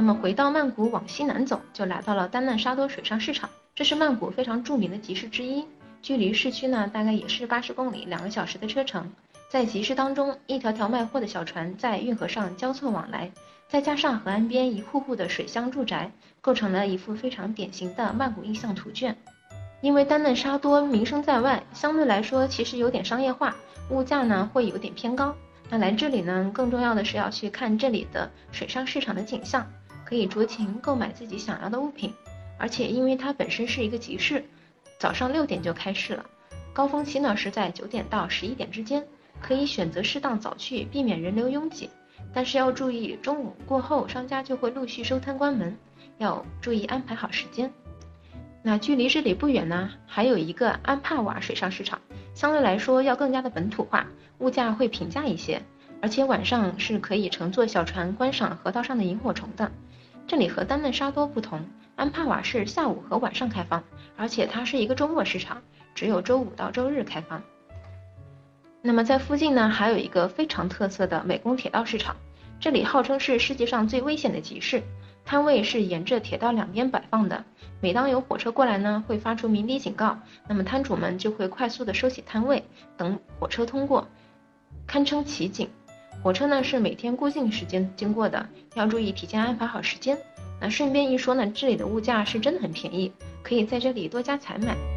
么回到曼谷往西南走，就来到了丹嫩沙多水上市场，这是曼谷非常著名的集市之一，距离市区呢大概也是80公里，2个小时的车程。在集市当中，一条条卖货的小船在运河上交错往来，再加上河岸边一户户的水乡住宅，构成了一幅非常典型的曼谷印象图卷。因为丹嫩沙多名声在外，相对来说其实有点商业化，物价呢会有点偏高。那来这里呢，更重要的是要去看这里的水上市场的景象，可以酌情购买自己想要的物品。而且因为它本身是一个集市，早上6点就开市了，高峰期呢是在9点到11点之间，可以选择适当早去，避免人流拥挤。但是要注意，中午过后商家就会陆续收摊关门，要注意安排好时间。那距离这里不远呢，还有一个安帕瓦水上市场，相对来说要更加的本土化，物价会平价一些，而且晚上是可以乘坐小船观赏河道上的萤火虫的。这里和丹嫩沙多不同，安帕瓦是下午和晚上开放，而且它是一个周末市场，只有周5到周日开放。那么在附近呢，还有一个非常特色的美宫铁道市场，这里号称是世界上最危险的集市，摊位是沿着铁道两边摆放的，每当有火车过来呢，会发出鸣笛警告，那么摊主们就会快速的收起摊位，等火车通过，堪称奇景。火车呢是每天固定时间经过的，要注意提前安排好时间。那顺便一说呢，这里的物价是真的很便宜，可以在这里多加采买。